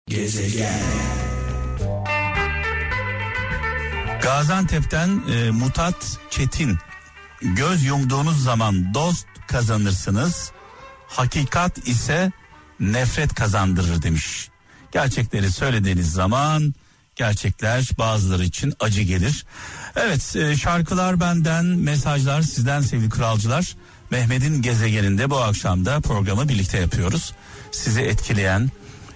Gezegen. Gaziantep'ten Mutat Çetin. Göz yumduğunuz zaman dost kazanırsınız. Hakikat ise nefret kazandırır demiş. Gerçekleri söylediğiniz zaman gerçekler bazıları için acı gelir. Evet, şarkılar benden, mesajlar sizden sevgili kralcılar. Mehmet'in gezegeninde bu akşam da programı birlikte yapıyoruz. Sizi etkileyen,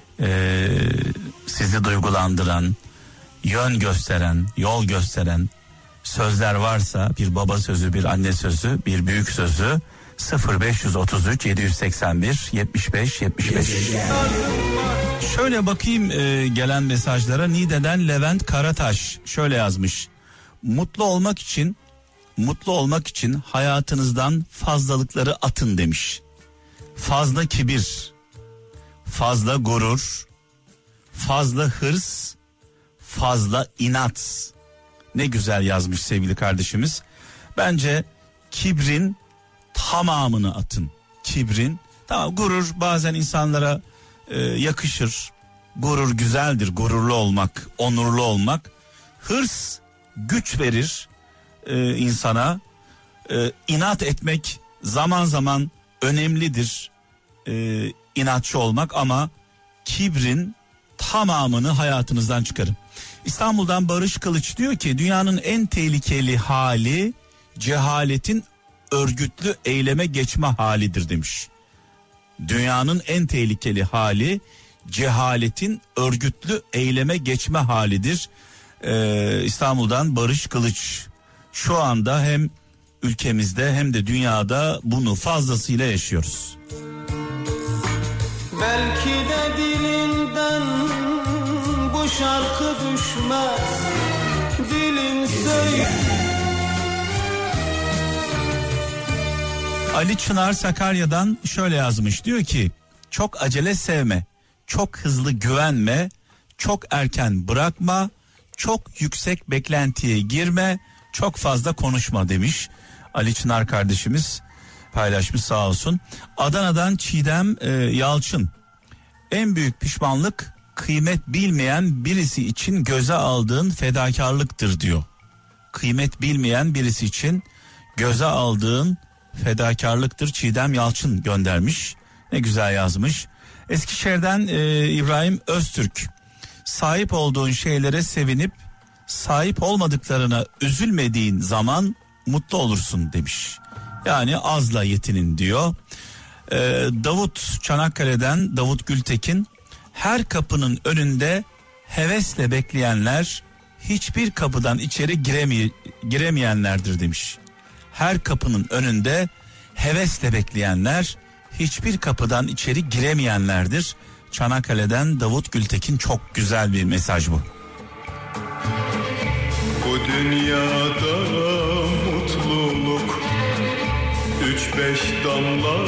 sizi duygulandıran, yön gösteren, yol gösteren sözler varsa, bir baba sözü, bir anne sözü, bir büyük sözü 0533 781 75 75. Şöyle bakayım gelen mesajlara. Niğde'den Levent Karataş şöyle yazmış. Mutlu olmak için hayatınızdan fazlalıkları atın demiş. Fazla kibir, fazla gurur, fazla hırs, fazla inat. Ne güzel yazmış sevgili kardeşimiz. Bence kibrin tamamını atın. Kibrin, tamam, gurur bazen insanlara yakışır. Gurur güzeldir, gururlu olmak, onurlu olmak. Hırs güç verir insana. İnat etmek zaman zaman önemlidir. İnatçı olmak, ama kibrin tamamını hayatınızdan çıkarın. İstanbul'dan Barış Kılıç diyor ki dünyanın en tehlikeli hali cehaletin örgütlü eyleme geçme halidir demiş. Dünyanın en tehlikeli hali cehaletin örgütlü eyleme geçme halidir. İstanbul'dan Barış Kılıç. Şu anda hem ülkemizde hem de dünyada bunu fazlasıyla yaşıyoruz. Belki de dilinden bu şarkı düşmez, dilin söyle. Ali Çınar Sakarya'dan şöyle yazmış, diyor ki çok acele sevme, çok hızlı güvenme, çok erken bırakma, çok yüksek beklentiye girme, çok fazla konuşma demiş. Ali Çınar kardeşimiz paylaşmış, sağ olsun. Adana'dan Çiğdem Yalçın. En büyük pişmanlık kıymet bilmeyen birisi için göze aldığın fedakarlıktır diyor. Kıymet bilmeyen birisi için göze aldığın fedakarlıktır. Çiğdem Yalçın göndermiş. Ne güzel yazmış. Eskişehir'den İbrahim Öztürk. Sahip olduğun şeylere sevinip sahip olmadıklarına üzülmediğin zaman mutlu olursun demiş. Yani azla yetinin diyor. Davut Çanakkale'den Davut Gültekin. Her kapının önünde hevesle bekleyenler hiçbir kapıdan içeri giremeyenlerdir demiş. Her kapının önünde hevesle bekleyenler hiçbir kapıdan içeri giremeyenlerdir. Çanakkale'den Davut Gültekin, çok güzel bir mesaj bu. Bu dünyada mutluluk 3-5 damla.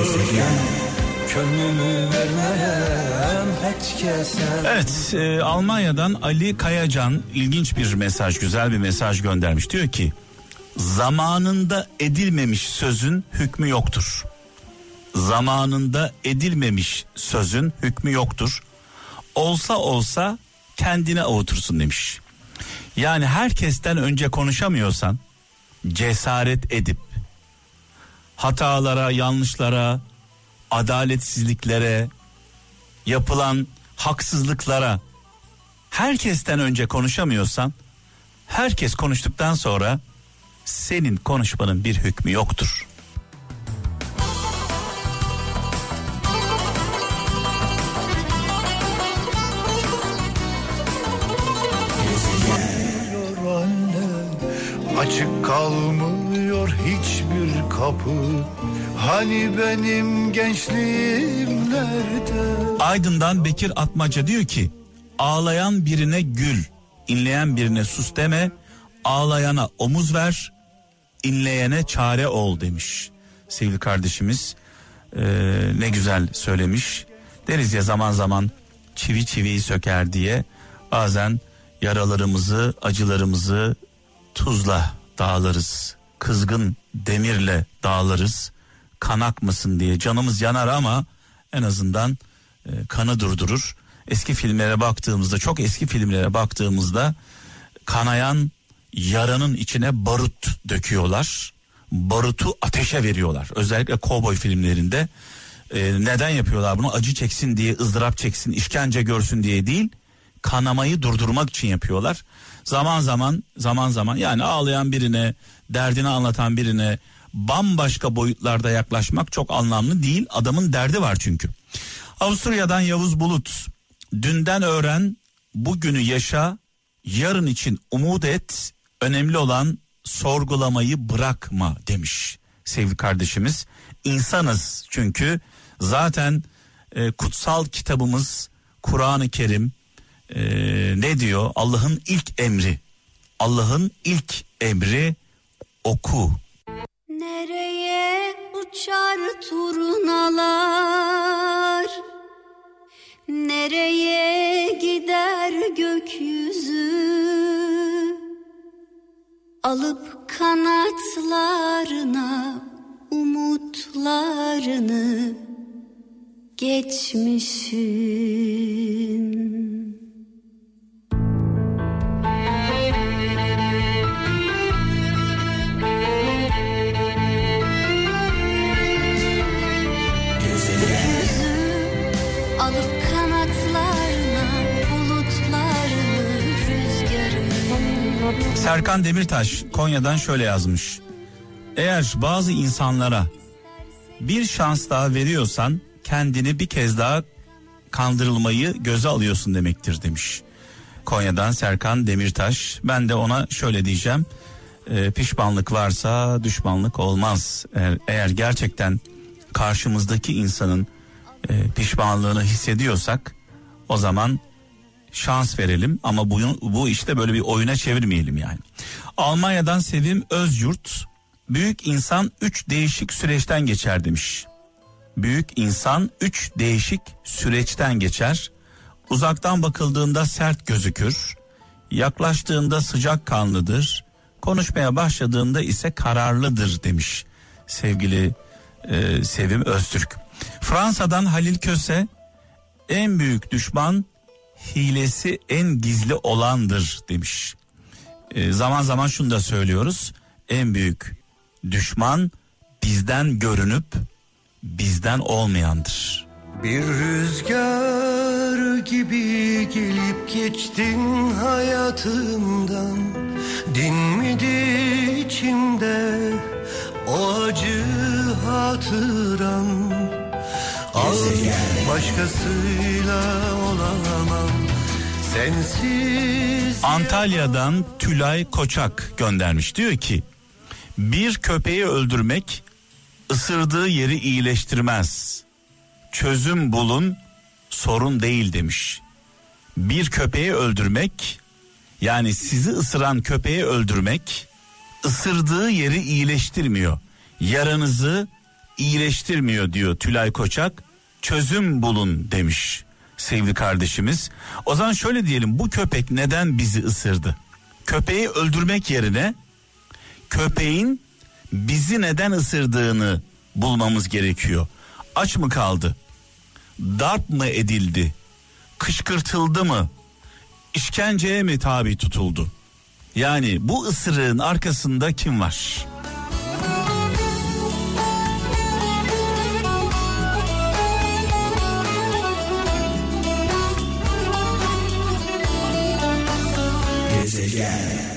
Gönlümü vermem hiç keser. Evet, Almanya'dan Ali Kayacan ilginç bir mesaj, güzel bir mesaj göndermiş. Diyor ki zamanında edilmemiş sözün hükmü yoktur. Zamanında edilmemiş sözün hükmü yoktur. Olsa kendine avutursun demiş. Yani herkesten önce konuşamıyorsan cesaret edip hatalara, yanlışlara, adaletsizliklere, yapılan haksızlıklara herkesten önce konuşamıyorsan, herkes konuştuktan sonra senin konuşmanın bir hükmü yoktur. Açık kalmıyor hiçbir kapı. Hani benim gençliğim nerede? Aydın'dan Bekir Atmaca diyor ki ağlayan birine gül, inleyen birine sus deme, ağlayana omuz ver, inleyene çare ol demiş sevgili kardeşimiz. Ne güzel söylemiş. Deriz ya zaman zaman çivi çiviyi söker diye, bazen yaralarımızı, acılarımızı tuzla dağlarız, kızgın demirle dağlarız, kan akmasın diye canımız yanar ama en azından kanı durdurur. eski filmlere baktığımızda, çok eski filmlere baktığımızda kanayan yaranın içine barut döküyorlar. Barutu ateşe veriyorlar. Özellikle kovboy filmlerinde. Neden yapıyorlar bunu? Acı çeksin diye, ızdırap çeksin, işkence görsün diye değil, kanamayı durdurmak için yapıyorlar. Zaman zaman yani ağlayan birine, derdini anlatan birine bambaşka boyutlarda yaklaşmak çok anlamlı değil. Adamın derdi var çünkü. Avusturya'dan Yavuz Bulut. Dünden öğren, bugünü yaşa, yarın için umut et, önemli olan sorgulamayı bırakma demiş sevgili kardeşimiz. İnsanız çünkü, zaten kutsal kitabımız Kur'an-ı Kerim ne diyor? Allah'ın ilk emri oku. Nereye uçar turnalar, nereye gider gökyüzü, alıp kanatlarına umutlarını geçmişin. Alıp kanatlarına bulutlarını, rüzgarını. Serkan Demirtaş Konya'dan şöyle yazmış. Eğer bazı insanlara bir şans daha veriyorsan kendini bir kez daha kandırılmayı göze alıyorsun demektir demiş. Konya'dan Serkan Demirtaş. Ben de ona şöyle diyeceğim. Pişmanlık varsa düşmanlık olmaz. Eğer gerçekten karşımızdaki insanın pişmanlığını hissediyorsak o zaman şans verelim, ama bu işte böyle bir oyuna çevirmeyelim yani. Almanya'dan Sevim Özyurt. Büyük insan 3 değişik süreçten geçer demiş. Büyük insan 3 değişik süreçten geçer. Uzaktan bakıldığında sert gözükür. Yaklaştığında sıcakkanlıdır. Konuşmaya başladığında ise kararlıdır demiş sevgili Sevim Öztürk. Fransa'dan Halil Köse. En büyük düşman hilesi en gizli olandır demiş. Zaman zaman şunu da söylüyoruz. En büyük düşman bizden görünüp bizden olmayandır. Bir rüzgar gibi gelip geçtin hayatımdan, dinmedi içimde o acı hatıran. Başkasıyla olamam sensiz. Antalya'dan Tülay Koçak göndermiş, diyor ki bir köpeği öldürmek ısırdığı yeri iyileştirmez, çözüm bulun, sorun değil demiş. Bir köpeği öldürmek, yani sizi ısıran köpeği öldürmek ısırdığı yeri iyileştirmiyor, yaranızı iyileştirmiyor diyor Tülay Koçak. Çözüm bulun demiş sevgili kardeşimiz. O zaman şöyle diyelim, bu köpek neden bizi ısırdı? Köpeği öldürmek yerine köpeğin bizi neden ısırdığını bulmamız gerekiyor. Aç mı kaldı? Darp mı edildi? Kışkırtıldı mı? İşkenceye mi tabi tutuldu? Yani bu ısırığın arkasında kim var? Gezegen.